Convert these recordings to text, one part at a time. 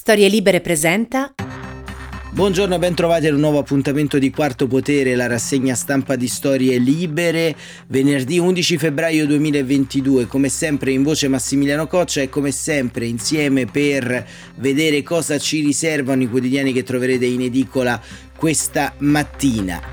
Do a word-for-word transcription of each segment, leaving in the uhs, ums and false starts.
Storie Libere presenta. Buongiorno e ben trovati ad un nuovo appuntamento di Quarto Potere, la rassegna stampa di Storie Libere, venerdì undici febbraio duemilaventidue, come sempre in voce Massimiliano Coccia e come sempre insieme per vedere cosa ci riservano i quotidiani che troverete in edicola questa mattina.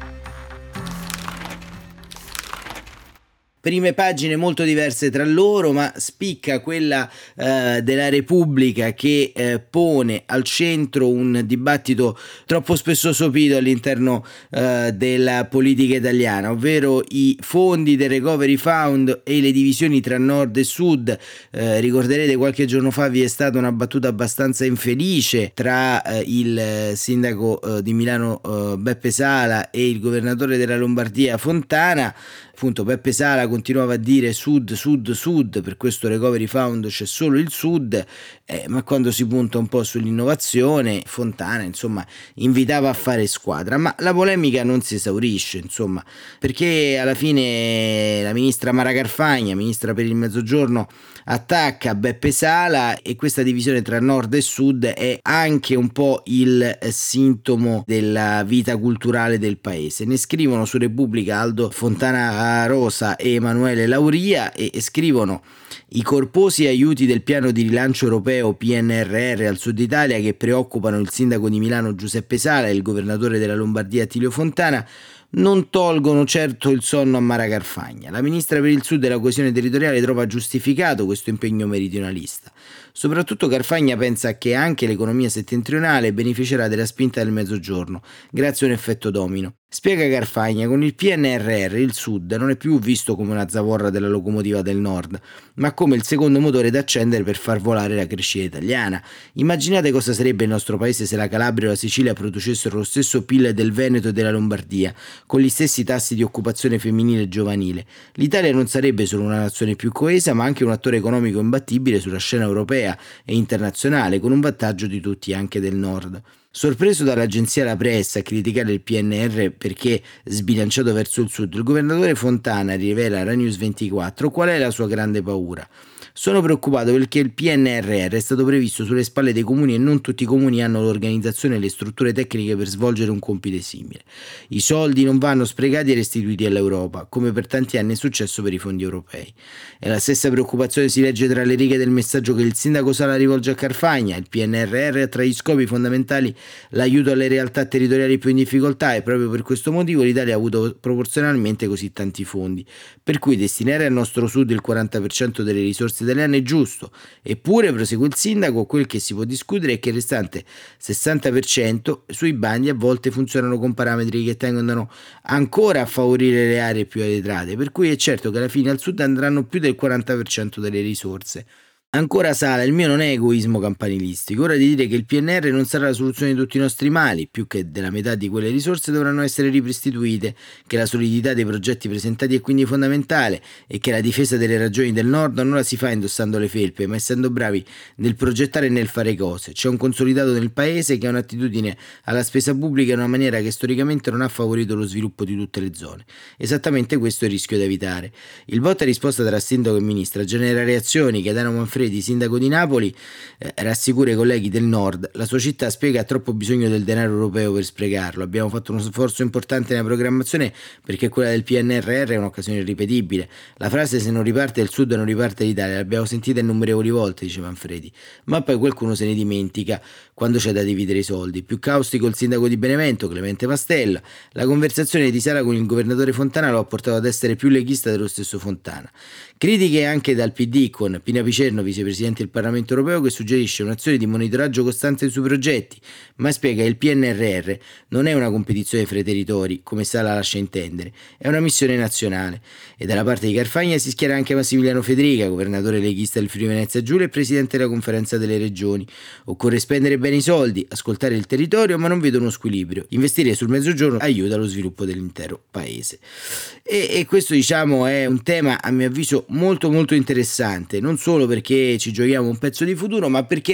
Prime pagine molto diverse tra loro, ma spicca quella eh, della Repubblica che eh, pone al centro un dibattito troppo spesso sopito all'interno eh, della politica italiana, ovvero i fondi del Recovery Fund e le divisioni tra nord e sud. Eh, ricorderete qualche giorno fa vi è stata una battuta abbastanza infelice tra eh, il sindaco eh, di Milano eh, Beppe Sala e il governatore della Lombardia Fontana. Appunto Beppe Sala continuava a dire sud, sud, sud, per questo Recovery Fund c'è solo il sud, eh, ma quando si punta un po' sull'innovazione Fontana insomma invitava a fare squadra, ma la polemica non si esaurisce insomma, perché alla fine la ministra Mara Carfagna, ministra per il Mezzogiorno, attacca Beppe Sala e questa divisione tra nord e sud è anche un po' il sintomo della vita culturale del paese. Ne scrivono su Repubblica Aldo Fontana Rosa e Emanuele Lauria e scrivono: i corposi aiuti del piano di rilancio europeo P N R R al Sud Italia che preoccupano il sindaco di Milano Giuseppe Sala e il governatore della Lombardia Attilio Fontana non tolgono certo il sonno a Mara Carfagna. La ministra per il Sud e la coesione territoriale trova giustificato questo impegno meridionalista. Soprattutto Carfagna pensa che anche l'economia settentrionale beneficerà della spinta del Mezzogiorno, grazie a un effetto domino. Spiega Carfagna, con il P N R R il Sud non è più visto come una zavorra della locomotiva del Nord, ma come il secondo motore da accendere per far volare la crescita italiana. Immaginate cosa sarebbe il nostro paese se la Calabria o la Sicilia producessero lo stesso P I L del Veneto e della Lombardia, con gli stessi tassi di occupazione femminile e giovanile. L'Italia non sarebbe solo una nazione più coesa, ma anche un attore economico imbattibile sulla scena europea e internazionale, con un vantaggio di tutti, anche del Nord. Sorpreso dall'agenzia La Pressa a criticare il P N R R perché sbilanciato verso il sud, il governatore Fontana rivela a Rai News ventiquattro qual è la sua grande paura. Sono preoccupato perché il P N R R è stato previsto sulle spalle dei comuni e non tutti i comuni hanno l'organizzazione e le strutture tecniche per svolgere un compito simile. I soldi non vanno sprecati e restituiti all'Europa, come per tanti anni è successo per i fondi europei. E la stessa preoccupazione si legge tra le righe del messaggio che il sindaco Sala rivolge a Carfagna. Il P N R R ha tra gli scopi fondamentali l'aiuto alle realtà territoriali più in difficoltà e proprio per questo motivo l'Italia ha avuto proporzionalmente così tanti fondi, per cui destinare al nostro sud il quaranta per cento delle risorse italiane è giusto. Eppure, prosegue il sindaco, quel che si può discutere è che il restante sessanta per cento sui bandi a volte funzionano con parametri che tendono ancora a favorire le aree più arretrate, per cui è certo che alla fine al sud andranno più del quaranta per cento delle risorse. Ancora Sala, il mio non è egoismo campanilistico, ora di dire che il P N R R non sarà la soluzione di tutti i nostri mali, più che della metà di quelle risorse dovranno essere riprestituite, che la solidità dei progetti presentati è quindi fondamentale e che la difesa delle ragioni del Nord non la si fa indossando le felpe, ma essendo bravi nel progettare e nel fare cose. C'è un consolidato nel paese che ha un'attitudine alla spesa pubblica in una maniera che storicamente non ha favorito lo sviluppo di tutte le zone. Esattamente questo è il rischio da evitare. Il botta e risposta tra sindaco e ministra genera reazioni che Adriano Manfredi, sindaco di Napoli, eh, rassicura i colleghi del nord. La sua città spiega ha troppo bisogno del denaro europeo per sprecarlo. Abbiamo fatto uno sforzo importante nella programmazione perché quella del P N R R è un'occasione irripetibile. La frase se non riparte il sud non riparte l'Italia l'abbiamo sentita innumerevoli volte, dice Manfredi, ma poi qualcuno se ne dimentica quando c'è da dividere i soldi. Più caustico il sindaco di Benevento, Clemente Mastella. La conversazione di Sala con il governatore Fontana lo ha portato ad essere più leghista dello stesso Fontana. Critiche anche dal P D con Pina Picerno, vicepresidente del Parlamento europeo, che suggerisce un'azione di monitoraggio costante sui progetti, ma spiega che il P N R R non è una competizione fra i territori, come Sala lascia intendere, è una missione nazionale. E dalla parte di Carfagna si schiera anche Massimiliano Federica, governatore leghista del Friuli Venezia Giulia e presidente della conferenza delle regioni. Occorre spendere bene i soldi, ascoltare il territorio, ma non vedo uno squilibrio. Investire sul Mezzogiorno aiuta lo sviluppo dell'intero paese. E, e questo, diciamo, è un tema a mio avviso molto molto interessante, non solo perché ci giochiamo un pezzo di futuro, ma perché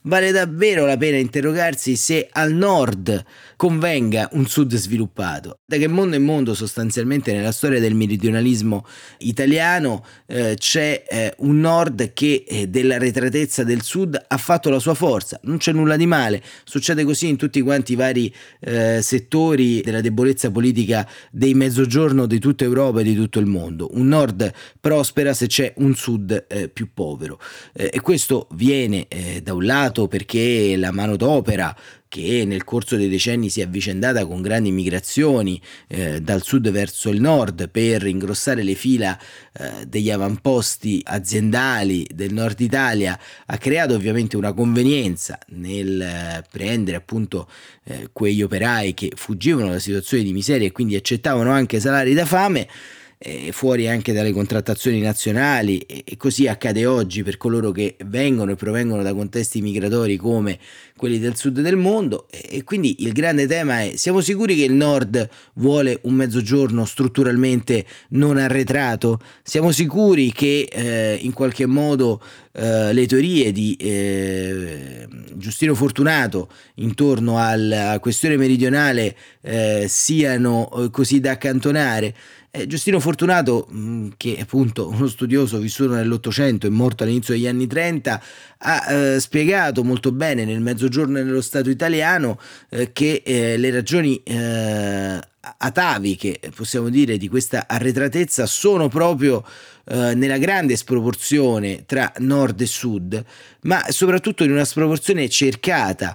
vale davvero la pena interrogarsi se al nord convenga un sud sviluppato. Da che mondo in mondo sostanzialmente nella storia del meridionalismo italiano eh, c'è eh, un nord che eh, dell'arretratezza del sud ha fatto la sua forza, non c'è nulla di male, succede così in tutti quanti i vari eh, settori della debolezza politica dei mezzogiorno di tutta Europa e di tutto il mondo. Un nord prospera se c'è un sud eh, più povero eh, e questo viene eh, da un lato perché la manodopera che nel corso dei decenni si è avvicendata con grandi migrazioni eh, dal sud verso il nord per ingrossare le fila eh, degli avamposti aziendali del nord Italia, ha creato ovviamente una convenienza nel eh, prendere appunto eh, quegli operai che fuggivano da situazioni di miseria e quindi accettavano anche salari da fame, fuori anche dalle contrattazioni nazionali, e così accade oggi per coloro che vengono e provengono da contesti migratori come quelli del sud del mondo. E quindi il grande tema è: siamo sicuri che il nord vuole un mezzogiorno strutturalmente non arretrato? Siamo sicuri che eh, in qualche modo eh, le teorie di eh, Giustino Fortunato intorno alla questione meridionale eh, siano eh, così da accantonare? Eh, Giustino Fortunato, mh, che è appunto uno studioso vissuto nell'Ottocento e morto all'inizio degli anni trenta, ha eh, spiegato molto bene nel Mezzogiorno e nello Stato italiano eh, che eh, le ragioni eh, ataviche, possiamo dire, di questa arretratezza sono proprio eh, nella grande sproporzione tra nord e sud, ma soprattutto in una sproporzione cercata.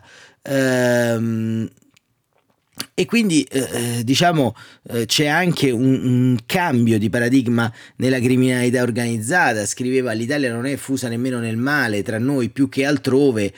Ehm, E quindi eh, diciamo eh, c'è anche un, un cambio di paradigma nella criminalità organizzata. Scriveva: l'Italia non è fusa nemmeno nel male, tra noi più che altrove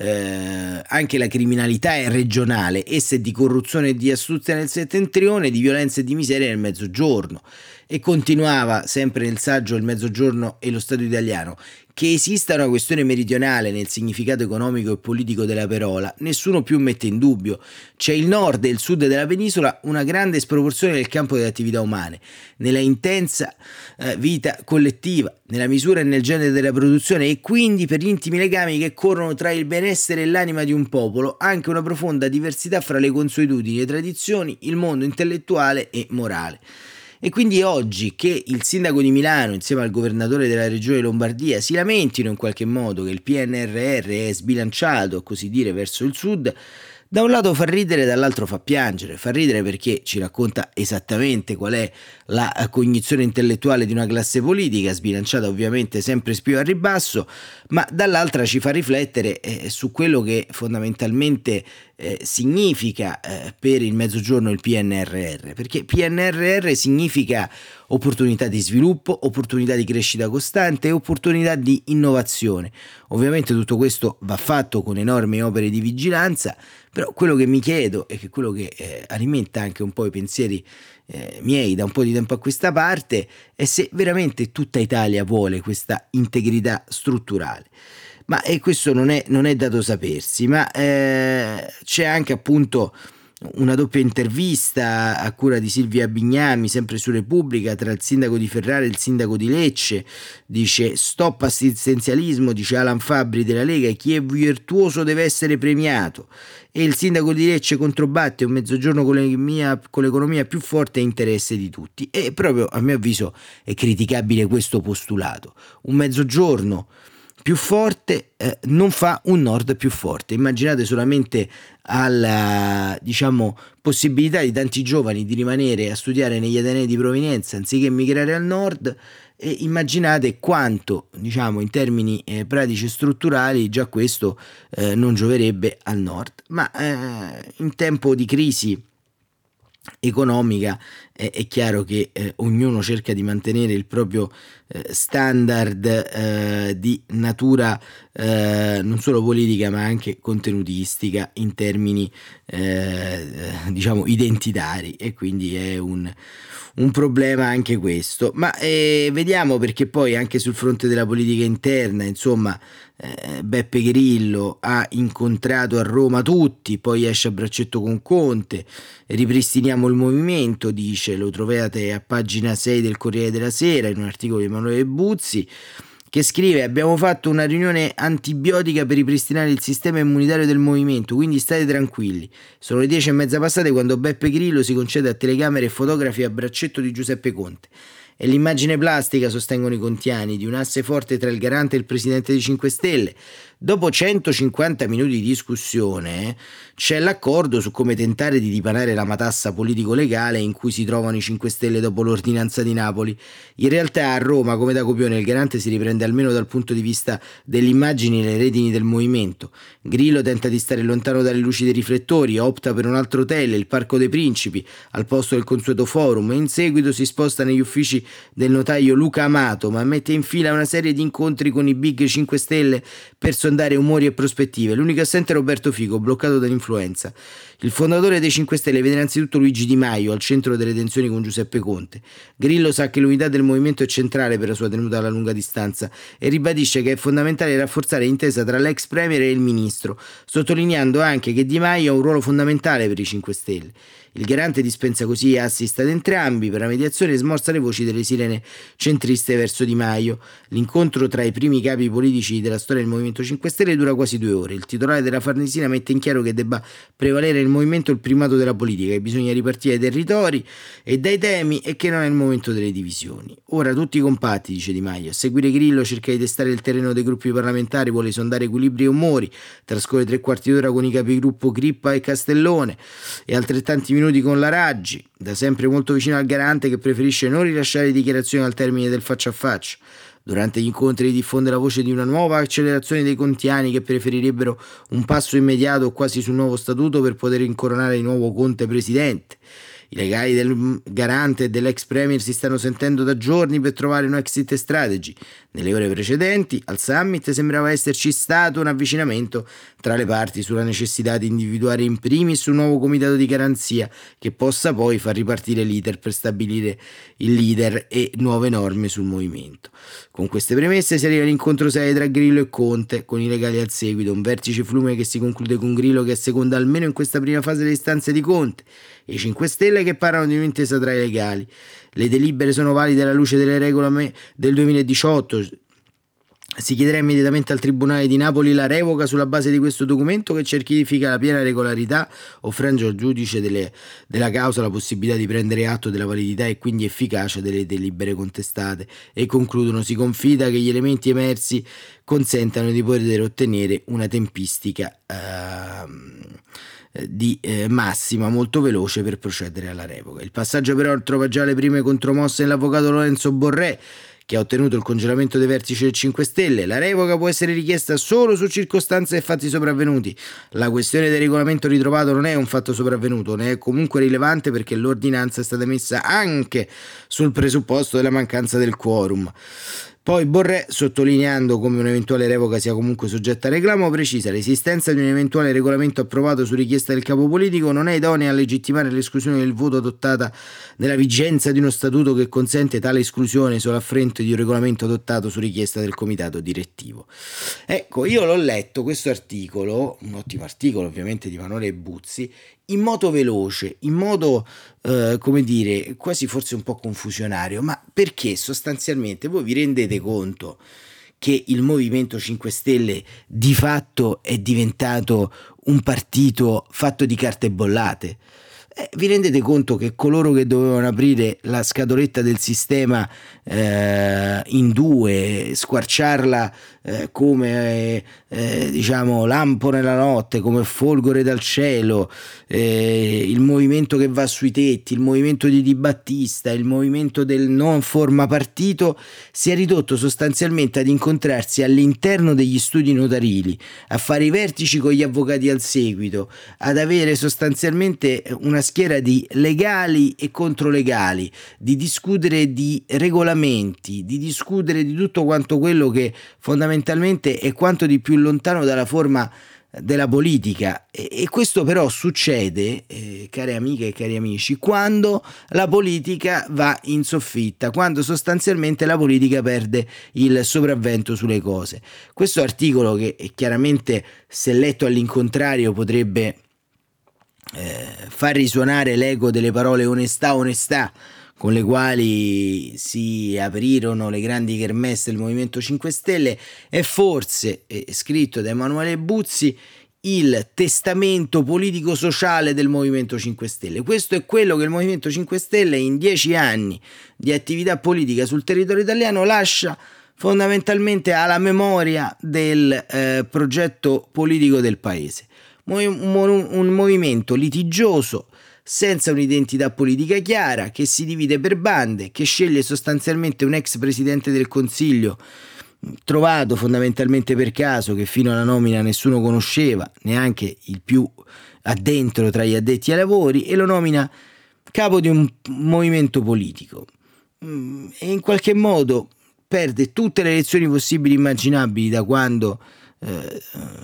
eh, anche la criminalità è regionale, essa è di corruzione e di astuzia nel settentrione, di violenza e di miseria nel mezzogiorno. E continuava sempre nel saggio Il Mezzogiorno e lo Stato italiano: che esista una questione meridionale nel significato economico e politico della parola, nessuno più mette in dubbio. C'è il nord e il sud della penisola, una grande sproporzione nel campo delle attività umane, nella intensa eh, vita collettiva, nella misura e nel genere della produzione, e quindi per gli intimi legami che corrono tra il benessere e l'anima di un popolo, anche una profonda diversità fra le consuetudini, le tradizioni, il mondo intellettuale e morale. E quindi oggi che il sindaco di Milano insieme al governatore della regione Lombardia si lamentino in qualche modo che il P N R R è sbilanciato, a così dire, verso il sud, da un lato fa ridere, dall'altro fa piangere. Fa ridere perché ci racconta esattamente qual è la cognizione intellettuale di una classe politica, sbilanciata ovviamente sempre più a ribasso, ma dall'altra ci fa riflettere eh, su quello che fondamentalmente eh, significa eh, per il Mezzogiorno il P N R R, perché P N R R significa opportunità di sviluppo, opportunità di crescita costante e opportunità di innovazione. Ovviamente tutto questo va fatto con enormi opere di vigilanza, però quello che mi chiedo, e che quello che eh, alimenta anche un po' i pensieri eh, miei da un po' di tempo a questa parte, è se veramente tutta Italia vuole questa integrità strutturale. Ma e questo non è, non è dato sapersi, ma eh, c'è anche appunto una doppia intervista a cura di Silvia Bignami, sempre su Repubblica, tra il sindaco di Ferrara e il sindaco di Lecce. Dice: stop assistenzialismo, dice Alan Fabbri della Lega, chi è virtuoso deve essere premiato. E il sindaco di Lecce controbatte: un mezzogiorno con l'economia, con l'economia più forte è interesse di tutti. E proprio a mio avviso è criticabile questo postulato. Un mezzogiorno più forte eh, non fa un nord più forte. Immaginate solamente alla, diciamo, possibilità di tanti giovani di rimanere a studiare negli atenei di provenienza anziché migrare al nord, e immaginate quanto, diciamo, in termini eh, pratici e strutturali già questo eh, non gioverebbe al nord. Ma eh, in tempo di crisi economica eh, è chiaro che eh, ognuno cerca di mantenere il proprio eh, standard eh, di natura eh, non solo politica ma anche contenutistica in termini eh, diciamo identitari, e quindi è un, un problema anche questo. Ma eh, vediamo, perché poi anche sul fronte della politica interna, insomma, Eh, Beppe Grillo ha incontrato a Roma tutti, poi esce a braccetto con Conte. Ripristiniamo il movimento, dice, lo trovate a pagina sei del Corriere della Sera in un articolo di Emanuele Buzzi, che scrive: abbiamo fatto una riunione antibiotica per ripristinare il sistema immunitario del movimento, quindi state tranquilli. Sono le dieci e mezza passate quando Beppe Grillo si concede a telecamere e fotografi a braccetto di Giuseppe Conte. È l'immagine plastica, sostengono i contiani, di un asse forte tra il garante e il presidente dei cinque Stelle. Dopo centocinquanta minuti di discussione c'è l'accordo su come tentare di dipanare la matassa politico-legale in cui si trovano i cinque Stelle dopo l'ordinanza di Napoli. In realtà a Roma, come da copione, il garante si riprende almeno dal punto di vista delle immagini e le redini del movimento. Grillo tenta di stare lontano dalle luci dei riflettori, opta per un altro hotel, il Parco dei Principi, al posto del consueto forum, e in seguito si sposta negli uffici del notaio Luca Amato, ma mette in fila una serie di incontri con i big cinque Stelle per sondare umori e prospettive. L'unico assente è Roberto Fico, bloccato dall'influenza. Il fondatore dei cinque Stelle vede innanzitutto Luigi Di Maio al centro delle tensioni con Giuseppe Conte. Grillo sa che l'unità del movimento è centrale per la sua tenuta alla lunga distanza e ribadisce che è fondamentale rafforzare l'intesa tra l'ex premier e il ministro, sottolineando anche che Di Maio ha un ruolo fondamentale per i cinque Stelle. Il garante dispensa così assist ad entrambi per la mediazione e smorza le voci delle sirene centriste verso Di Maio. L'incontro tra i primi capi politici della storia del Movimento cinque Stelle dura quasi due ore. Il titolare della Farnesina mette in chiaro che debba prevalere nel movimento il primato della politica, che bisogna ripartire dai territori e dai temi e che non è il momento delle divisioni. Ora tutti compatti, dice Di Maio. A seguire Grillo cerca di testare il terreno dei gruppi parlamentari, vuole sondare equilibri e umori, trascorre tre quarti d'ora con i capigruppo Crippa e Castellone e altrettanti minuti con la Raggi, da sempre molto vicino al garante, che preferisce non rilasciare dichiarazioni al termine del faccia a faccia. Durante gli incontri diffonde la voce di una nuova accelerazione dei contiani, che preferirebbero un passo immediato quasi sul nuovo statuto per poter incoronare di nuovo Conte presidente. I legali del garante e dell'ex premier si stanno sentendo da giorni per trovare un exit strategy. Nelle ore precedenti al summit sembrava esserci stato un avvicinamento tra le parti sulla necessità di individuare in primis un nuovo comitato di garanzia che possa poi far ripartire l'iter per stabilire il leader e nuove norme sul movimento. Con queste premesse si arriva all'incontro sede tra Grillo e Conte, con i legali al seguito, un vertice flume che si conclude con Grillo che asseconda almeno in questa prima fase le istanze di Conte e i cinque Stelle che parlano di un'intesa tra i legali. Le delibere sono valide alla luce delle regole del duemiladiciotto. Si chiederà immediatamente al Tribunale di Napoli la revoca sulla base di questo documento, che certifica la piena regolarità, offrendo al giudice delle, della causa la possibilità di prendere atto della validità e quindi efficacia delle delibere contestate. E concludono: si confida che gli elementi emersi consentano di poter ottenere una tempistica uh, di eh, massima molto veloce per procedere alla revoca. Il passaggio però trova già le prime contromosse nell'avvocato Lorenzo Borré, che ha ottenuto il congelamento dei vertici del cinque Stelle. La revoca può essere richiesta solo su circostanze e fatti sopravvenuti. La questione del regolamento ritrovato non è un fatto sopravvenuto, ne è comunque rilevante perché l'ordinanza è stata messa anche sul presupposto della mancanza del quorum. Poi Borré, sottolineando come un'eventuale revoca sia comunque soggetta a reclamo, precisa: l'esistenza di un eventuale regolamento approvato su richiesta del capo politico non è idonea a legittimare l'esclusione del voto adottata nella vigenza di uno statuto che consente tale esclusione solo a fronte di un regolamento adottato su richiesta del comitato direttivo. Ecco, io l'ho letto questo articolo, un ottimo articolo ovviamente di Emanuele Buzzi, in modo veloce, in modo, eh, come dire, quasi forse un po' confusionario, ma perché sostanzialmente voi vi rendete conto che il Movimento cinque Stelle di fatto è diventato un partito fatto di carte bollate? Eh, vi rendete conto che coloro che dovevano aprire la scatoletta del sistema eh, in due, squarciarla eh, come eh, diciamo lampo nella notte, come folgore dal cielo, eh, il movimento che va sui tetti, il movimento di Di Battista, il movimento del non forma partito, si è ridotto sostanzialmente ad incontrarsi all'interno degli studi notarili, a fare i vertici con gli avvocati al seguito, ad avere sostanzialmente una schiera di legali e controlegali, di discutere di regolamenti, di discutere di tutto quanto quello che fondamentalmente è quanto di più lontano dalla forma della politica. E, e questo però succede, eh, care amiche e cari amici, quando la politica va in soffitta, quando sostanzialmente la politica perde il sopravvento sulle cose. Questo articolo, che è chiaramente, se letto all'incontrario, potrebbe Eh, far risuonare l'eco delle parole onestà, onestà, con le quali si aprirono le grandi kermesse del Movimento cinque Stelle, è forse, è scritto da Emanuele Buzzi, il testamento politico-sociale del Movimento cinque Stelle. Questo è quello che il Movimento cinque Stelle in dieci anni di attività politica sul territorio italiano lascia fondamentalmente alla memoria del eh, progetto politico del paese. Un, un, un movimento litigioso, senza un'identità politica chiara, che si divide per bande, che sceglie sostanzialmente un ex presidente del Consiglio trovato fondamentalmente per caso, che fino alla nomina nessuno conosceva, neanche il più addentro tra gli addetti ai lavori, e lo nomina capo di un movimento politico e in qualche modo perde tutte le elezioni possibili e immaginabili da quando eh,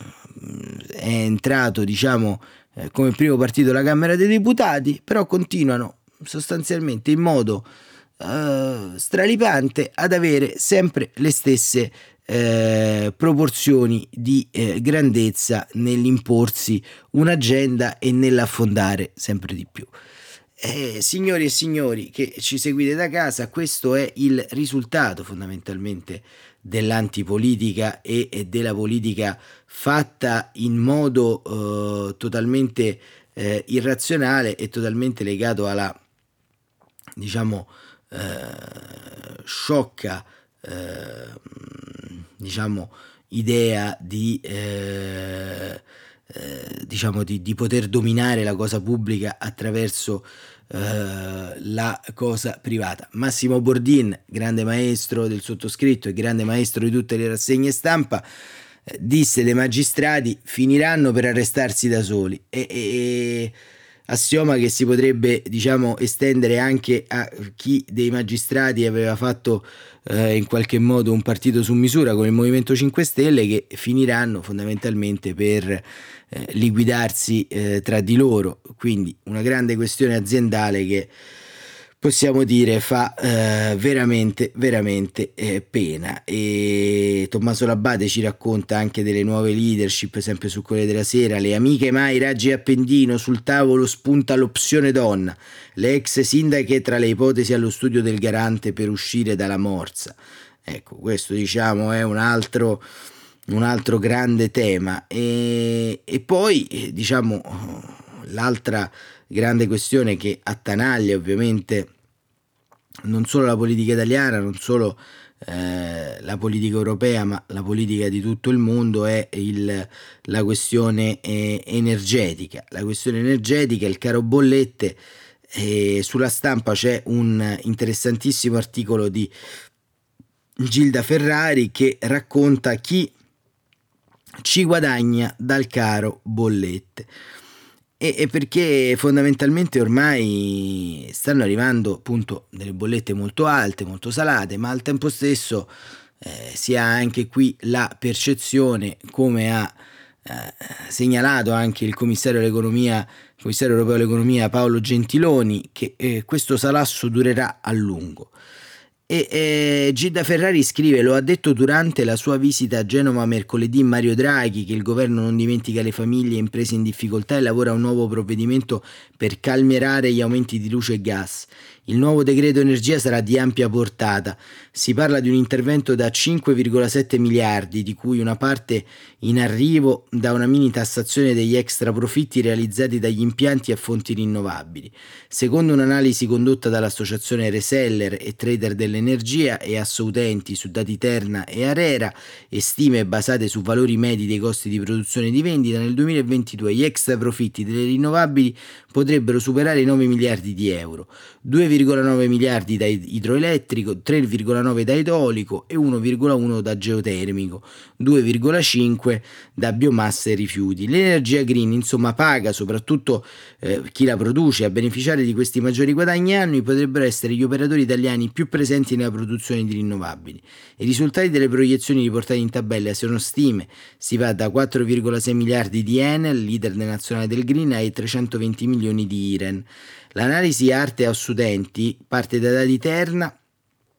è entrato, diciamo, eh, come primo partito alla Camera dei Deputati, però continuano sostanzialmente in modo Uh, straripante ad avere sempre le stesse uh, proporzioni di uh, grandezza nell'imporsi un'agenda e nell'affondare sempre di più. Eh, signori e signori che ci seguite da casa, questo è il risultato fondamentalmente dell'antipolitica e, e della politica fatta in modo uh, totalmente uh, irrazionale e totalmente legato alla, diciamo, Uh, sciocca uh, diciamo idea di uh, uh, diciamo di, di poter dominare la cosa pubblica attraverso uh, la cosa privata. Massimo Bordin, grande maestro del sottoscritto e grande maestro di tutte le rassegne stampa, uh, disse: dei magistrati finiranno per arrestarsi da soli, e, e assioma che si potrebbe, diciamo, estendere anche a chi dei magistrati aveva fatto eh, in qualche modo un partito su misura con il Movimento cinque Stelle, che finiranno fondamentalmente per eh, liquidarsi eh, tra di loro. Quindi una grande questione aziendale che possiamo dire fa eh, veramente veramente eh, pena. E Tommaso Labate ci racconta anche delle nuove leadership, sempre su Corriere della Sera. Le amiche Mai, Raggi e Appendino, sul tavolo spunta l'opzione donna, le ex sindache tra le ipotesi allo studio del garante per uscire dalla morsa. Ecco, questo, diciamo, è un altro un altro grande tema. E, e poi, diciamo, l'altra grande questione che attanaglia ovviamente non solo la politica italiana, non solo eh, la politica europea, ma la politica di tutto il mondo, è il, la questione eh, energetica. La questione energetica, il caro bollette. Eh, sulla Stampa c'è un interessantissimo articolo di Gilda Ferrari che racconta chi ci guadagna dal caro bollette. E perché fondamentalmente ormai stanno arrivando appunto delle bollette molto alte, molto salate, ma al tempo stesso eh, si ha anche qui la percezione, come ha eh, segnalato anche il commissario all'economia, il commissario europeo all'economia Paolo Gentiloni, che eh, questo salasso durerà a lungo. E eh, Gilda Ferrari scrive: lo ha detto durante la sua visita a Genova mercoledì Mario Draghi, che il governo non dimentica le famiglie e imprese in difficoltà e lavora a un nuovo provvedimento per calmierare gli aumenti di luce e gas. Il nuovo decreto energia sarà di ampia portata. Si parla di un intervento da cinque virgola sette miliardi, di cui una parte in arrivo da una mini tassazione degli extra profitti realizzati dagli impianti a fonti rinnovabili. Secondo un'analisi condotta dall'associazione Reseller e Trader dell'Energia e Assoutenti su dati Terna e Arera e stime basate su valori medi dei costi di produzione e di vendita, nel duemilaventidue gli extra profitti delle rinnovabili potrebbero superare i nove miliardi di euro, due virgola nove miliardi da idroelettrico, tre virgola nove da idrolico e uno virgola uno da geotermico, due virgola cinque da biomassa e rifiuti. L'energia green, insomma, paga soprattutto eh, chi la produce. A beneficiare di questi maggiori guadagni annui potrebbero essere gli operatori italiani più presenti nella produzione di rinnovabili. I risultati delle proiezioni riportate in tabella sono stime: si va da quattro virgola sei miliardi di Enel, leader nazionale del green, ai trecentoventi milioni di Iren. L'analisi Arte a studenti parte da dati Terna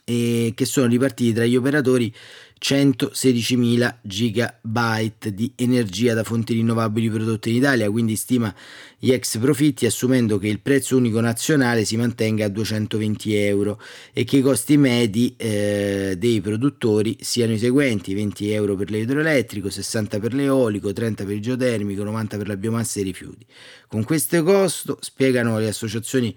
e che sono ripartiti tra gli operatori centosedicimila gigabyte di energia da fonti rinnovabili prodotte in Italia, quindi stima gli ex profitti assumendo che il prezzo unico nazionale si mantenga a duecentoventi euro e che i costi medi eh, dei produttori siano i seguenti: venti euro per l'idroelettrico, sessanta per l'eolico, trenta per il geotermico, novanta per la biomassa e i rifiuti. Con questo costo, spiegano le associazioni,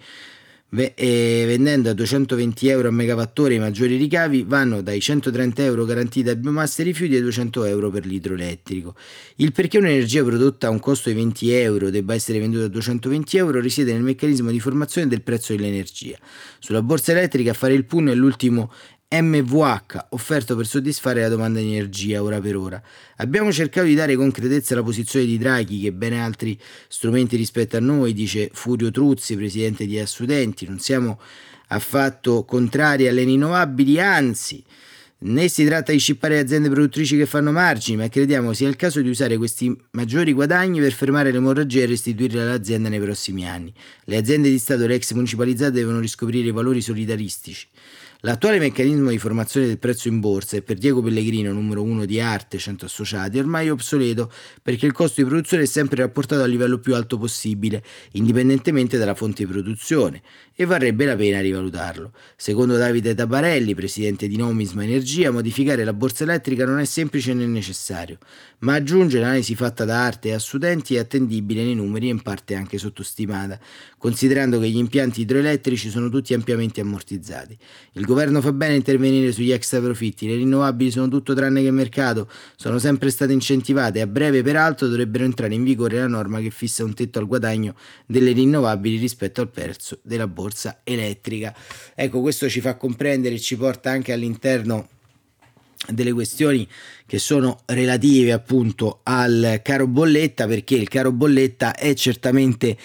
e vendendo a duecentoventi euro a megawattora i maggiori ricavi vanno dai centotrenta euro garantiti a biomasse e rifiuti ai duecento euro per l'idroelettrico. Il perché un'energia prodotta a un costo di venti euro debba essere venduta a duecentoventi euro risiede nel meccanismo di formazione del prezzo dell'energia. Sulla borsa elettrica a fare il punto è l'ultimo M V H offerto per soddisfare la domanda di energia ora per ora. Abbiamo cercato di dare concretezza alla posizione di Draghi, che bene altri strumenti rispetto a noi, dice Furio Truzzi, presidente di Asstudenti. Non siamo affatto contrari alle rinnovabili, anzi, né si tratta di scippare le aziende produttrici che fanno margini, ma crediamo sia il caso di usare questi maggiori guadagni per fermare l'emorragia e restituirli all'azienda nei prossimi anni. Le aziende di Stato e le ex municipalizzate devono riscoprire i valori solidaristici. L'attuale meccanismo di formazione del prezzo in borsa è per Diego Pellegrino, numero uno di Arte cento Associati, ormai obsoleto perché il costo di produzione è sempre rapportato al livello più alto possibile, indipendentemente dalla fonte di produzione, e varrebbe la pena rivalutarlo. Secondo Davide Tabarelli, presidente di Nomisma Energia, modificare la borsa elettrica non è semplice né necessario, ma aggiunge l'analisi fatta da Arte e a studenti è attendibile nei numeri e in parte anche sottostimata, considerando che gli impianti idroelettrici sono tutti ampiamente ammortizzati. Il Il governo fa bene a intervenire sugli extra profitti, le rinnovabili sono tutto tranne che mercato, sono sempre state incentivate e a breve peraltro dovrebbero entrare in vigore la norma che fissa un tetto al guadagno delle rinnovabili rispetto al prezzo della borsa elettrica. Ecco, questo ci fa comprendere e ci porta anche all'interno delle questioni che sono relative appunto al caro bolletta, perché il caro bolletta è certamente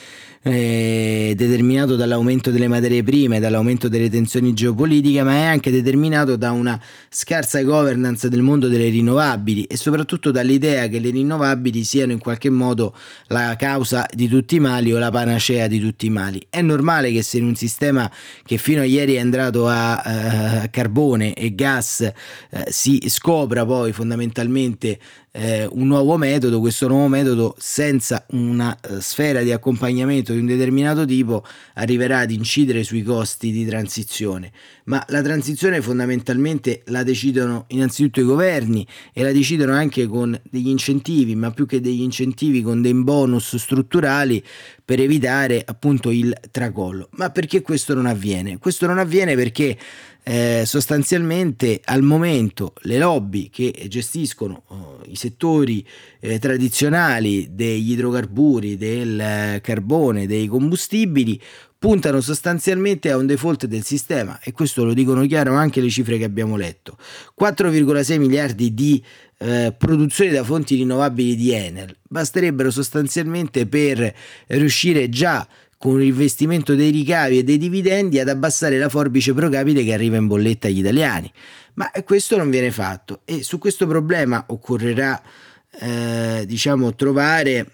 eh, determinato dall'aumento delle materie prime, dall'aumento delle tensioni geopolitiche, ma è anche determinato da una scarsa governance del mondo delle rinnovabili e soprattutto dall'idea che le rinnovabili siano in qualche modo la causa di tutti i mali o la panacea di tutti i mali. È normale che se in un sistema che fino a ieri è andato a, a carbone e gas eh, si scopra poi fondamentalmente eh, un nuovo metodo, questo nuovo metodo senza una uh, sfera di accompagnamento di un determinato tipo arriverà ad incidere sui costi di transizione, ma la transizione fondamentalmente la decidono innanzitutto i governi e la decidono anche con degli incentivi, ma più che degli incentivi con dei bonus strutturali per evitare appunto il tracollo. Ma perché questo non avviene? Questo non avviene perché Eh, sostanzialmente al momento le lobby che gestiscono oh, i settori eh, tradizionali degli idrocarburi, del eh, carbone, dei combustibili puntano sostanzialmente a un default del sistema, e questo lo dicono chiaro anche le cifre che abbiamo letto. quattro virgola sei miliardi di eh, produzione da fonti rinnovabili di Enel basterebbero sostanzialmente per riuscire già con un investimento dei ricavi e dei dividendi ad abbassare la forbice pro capite che arriva in bolletta agli italiani, ma questo non viene fatto e su questo problema occorrerà eh, diciamo trovare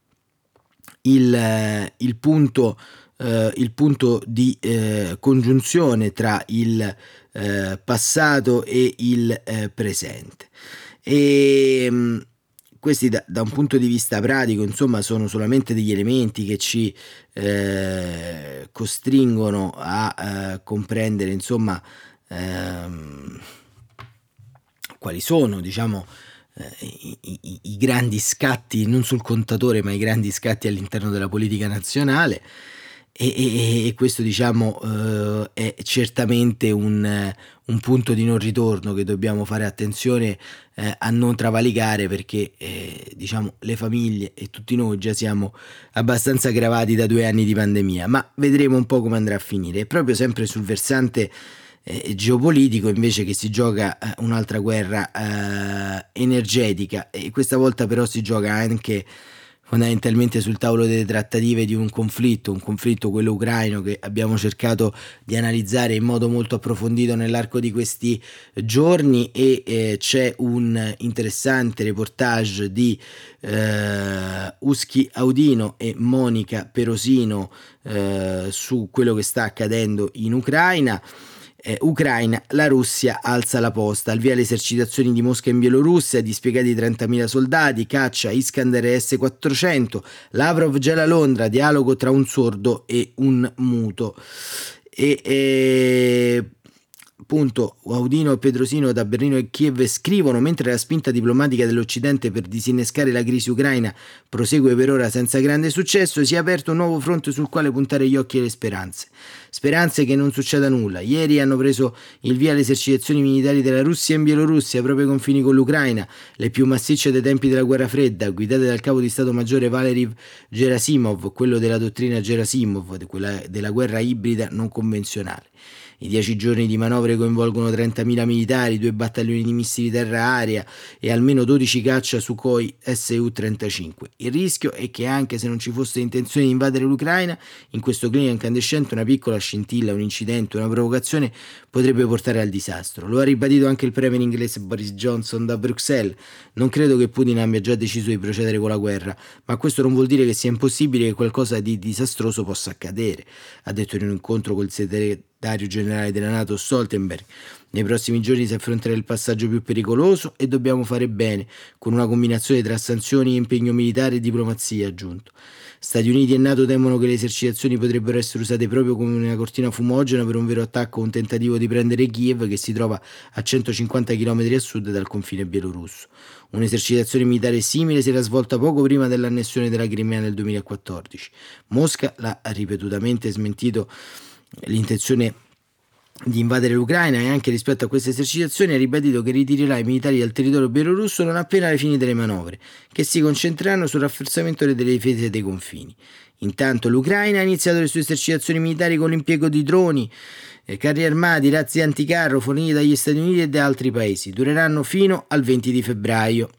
il, il punto eh, il punto di eh, congiunzione tra il eh, passato e il eh, presente. E questi da, da un punto di vista pratico insomma sono solamente degli elementi che ci eh, costringono a eh, comprendere insomma ehm, quali sono diciamo eh, i, i, i grandi scatti non sul contatore ma i grandi scatti all'interno della politica nazionale. E, e, e questo diciamo eh, è certamente un, un punto di non ritorno che dobbiamo fare attenzione eh, a non travalicare, perché eh, diciamo le famiglie e tutti noi già siamo abbastanza gravati da due anni di pandemia, ma vedremo un po' come andrà a finire. E proprio sempre sul versante eh, geopolitico invece che si gioca eh, un'altra guerra eh, energetica, e questa volta però si gioca anche fondamentalmente sul tavolo delle trattative di un conflitto, un conflitto quello ucraino che abbiamo cercato di analizzare in modo molto approfondito nell'arco di questi giorni, e eh, c'è un interessante reportage di eh, Uschi Audino e Monica Perosino eh, su quello che sta accadendo in Ucraina. Eh, Ucraina, la Russia alza la posta, al via le esercitazioni di Mosca in Bielorussia, dispiegati trentamila soldati, caccia Iskander S quattrocento, Lavrov gela Londra, dialogo tra un sordo e un muto. E, e appunto Audino e Pedrosino da Berlino e Kiev scrivono: mentre la spinta diplomatica dell'Occidente per disinnescare la crisi ucraina prosegue per ora senza grande successo, si è aperto un nuovo fronte sul quale puntare gli occhi e le speranze. Speranze che non succeda nulla. Ieri hanno preso il via le esercitazioni militari della Russia in Bielorussia, proprio ai confini con l'Ucraina, le più massicce dei tempi della guerra fredda, guidate dal capo di Stato Maggiore Valery Gerasimov, quello della dottrina Gerasimov, quella della guerra ibrida non convenzionale. I dieci giorni di manovre coinvolgono trentamila militari, due battaglioni di missili terra-aria e almeno dodici caccia Sukhoi S U trentacinque. Il rischio è che, anche se non ci fosse intenzione di invadere l'Ucraina, in questo clima incandescente una piccola scintilla, un incidente, una provocazione potrebbe portare al disastro. Lo ha ribadito anche il premier inglese Boris Johnson da Bruxelles. Non credo che Putin abbia già deciso di procedere con la guerra, ma questo non vuol dire che sia impossibile che qualcosa di disastroso possa accadere, ha detto in un incontro col segretario generale della NATO Stoltenberg. Nei prossimi giorni si affronterà il passaggio più pericoloso e dobbiamo fare bene, con una combinazione tra sanzioni, impegno militare e diplomazia, ha aggiunto. Stati Uniti e NATO temono che le esercitazioni potrebbero essere usate proprio come una cortina fumogena per un vero attacco o un tentativo di prendere Kiev, che si trova a centocinquanta chilometri a sud dal confine bielorusso. Un'esercitazione militare simile si era svolta poco prima dell'annessione della Crimea nel duemilaquattordici. Mosca l'ha ripetutamente smentito l'intenzione di invadere l'Ucraina e anche rispetto a queste esercitazioni ha ribadito che ritirerà i militari dal territorio bielorusso non appena finite le manovre, che si concentreranno sul rafforzamento delle difese dei confini. Intanto l'Ucraina ha iniziato le sue esercitazioni militari con l'impiego di droni, eh, carri armati, razzi anticarro forniti dagli Stati Uniti e da altri paesi. Dureranno fino al venti di febbraio.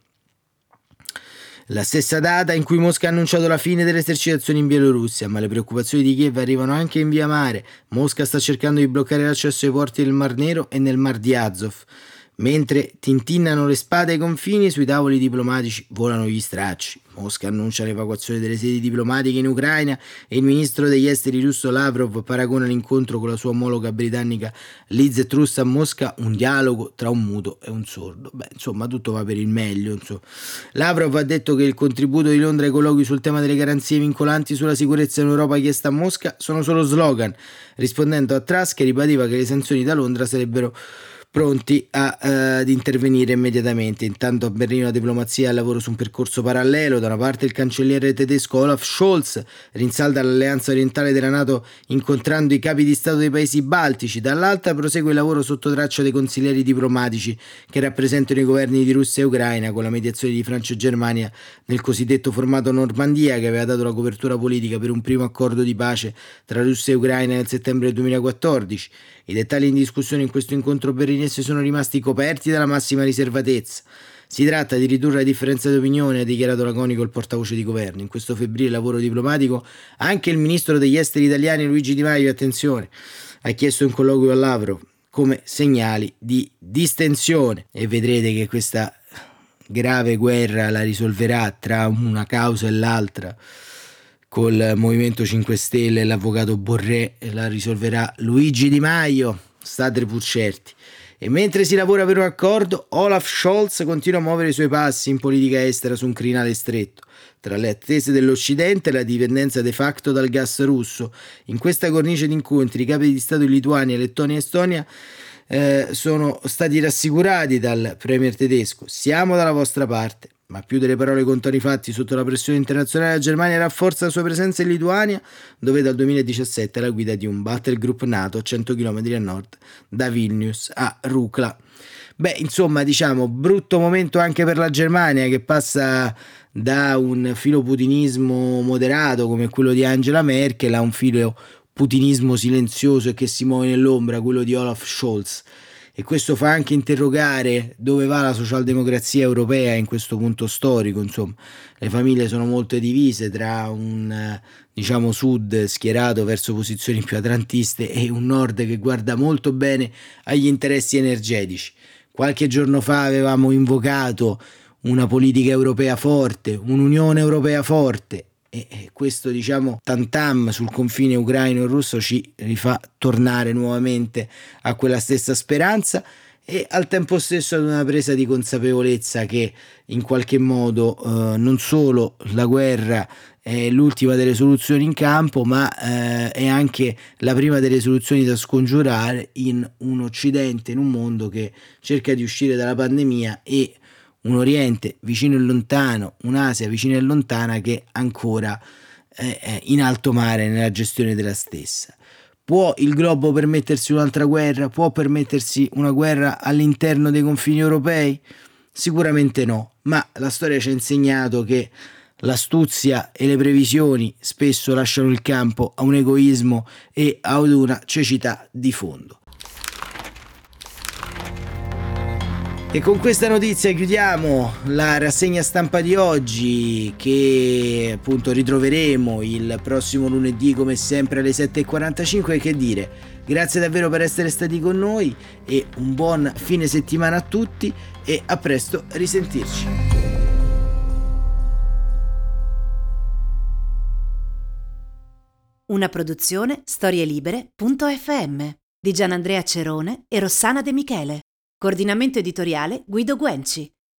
La stessa data in cui Mosca ha annunciato la fine delle esercitazioni in Bielorussia, ma le preoccupazioni di Kiev arrivano anche in via mare. Mosca sta cercando di bloccare l'accesso ai porti del Mar Nero e nel Mar di Azov. Mentre tintinnano le spade ai confini, sui tavoli diplomatici volano gli stracci. Mosca annuncia l'evacuazione delle sedi diplomatiche in Ucraina e il ministro degli esteri russo Lavrov paragona l'incontro con la sua omologa britannica Liz Truss a Mosca un dialogo tra un muto e un sordo. Beh, insomma, tutto va per il meglio. Insomma. Lavrov ha detto che il contributo di Londra ai colloqui sul tema delle garanzie vincolanti sulla sicurezza in Europa chiesta a Mosca sono solo slogan, rispondendo a Truss che ribadiva che le sanzioni da Londra sarebbero pronti a, uh, ad intervenire immediatamente. Intanto a Berlino la diplomazia è al lavoro su un percorso parallelo. Da una parte il cancelliere tedesco Olaf Scholz rinsalda l'alleanza orientale della NATO incontrando i capi di Stato dei paesi baltici, dall'altra prosegue il lavoro sotto traccia dei consiglieri diplomatici che rappresentano i governi di Russia e Ucraina, con la mediazione di Francia e Germania nel cosiddetto formato Normandia, che aveva dato la copertura politica per un primo accordo di pace tra Russia e Ucraina nel settembre duemilaquattordici. I dettagli in discussione in questo incontro berlinese sono rimasti coperti dalla massima riservatezza. Si tratta di ridurre la differenza di opinione, ha dichiarato laconico il portavoce di governo. In questo febbrile lavoro diplomatico anche il ministro degli esteri italiani Luigi Di Maio, attenzione, ha chiesto un colloquio a Lavrov come segnali di distensione, e vedrete che questa grave guerra la risolverà tra una causa e l'altra. Col Movimento cinque Stelle e l'avvocato Borré la risolverà Luigi Di Maio, state pur certi. E mentre si lavora per un accordo, Olaf Scholz continua a muovere i suoi passi in politica estera su un crinale stretto, tra le attese dell'Occidente e la dipendenza de facto dal gas russo. In questa cornice di incontri i capi di Stato di Lituania, Lettonia e Estonia eh, sono stati rassicurati dal premier tedesco: siamo dalla vostra parte. Ma più delle parole contano i fatti. Sotto la pressione internazionale la Germania rafforza la sua presenza in Lituania, dove dal duemiladiciassette è alla guida di un battle group NATO a cento chilometri a nord da Vilnius a Rukla. Beh, insomma, diciamo, brutto momento anche per la Germania, che passa da un filo putinismo moderato come quello di Angela Merkel a un filo putinismo silenzioso e che si muove nell'ombra, quello di Olaf Scholz. E questo fa anche interrogare dove va la socialdemocrazia europea in questo punto storico. Insomma, le famiglie sono molto divise tra un, diciamo, sud schierato verso posizioni più atlantiste e un nord che guarda molto bene agli interessi energetici. Qualche giorno fa avevamo invocato una politica europea forte, un'Unione Europea forte. e, e questo diciamo tantam sul confine ucraino-russo ci rifà tornare nuovamente a quella stessa speranza e al tempo stesso ad una presa di consapevolezza che in qualche modo eh, non solo la guerra è l'ultima delle soluzioni in campo, ma eh, è anche la prima delle soluzioni da scongiurare in un Occidente, in un mondo che cerca di uscire dalla pandemia, e un Oriente vicino e lontano, un'Asia vicina e lontana che ancora è in alto mare nella gestione della stessa. Può il globo permettersi un'altra guerra? Può permettersi una guerra all'interno dei confini europei? Sicuramente no, ma la storia ci ha insegnato che l'astuzia e le previsioni spesso lasciano il campo a un egoismo e ad una cecità di fondo. E con questa notizia chiudiamo la rassegna stampa di oggi, che appunto ritroveremo il prossimo lunedì come sempre alle sette e quarantacinque. Che dire, grazie davvero per essere stati con noi e un buon fine settimana a tutti e a presto, a risentirci. Una produzione storielibere punto effe emme di Gianandrea Cerone e Rossana De Michele. Coordinamento editoriale Guido Guenci.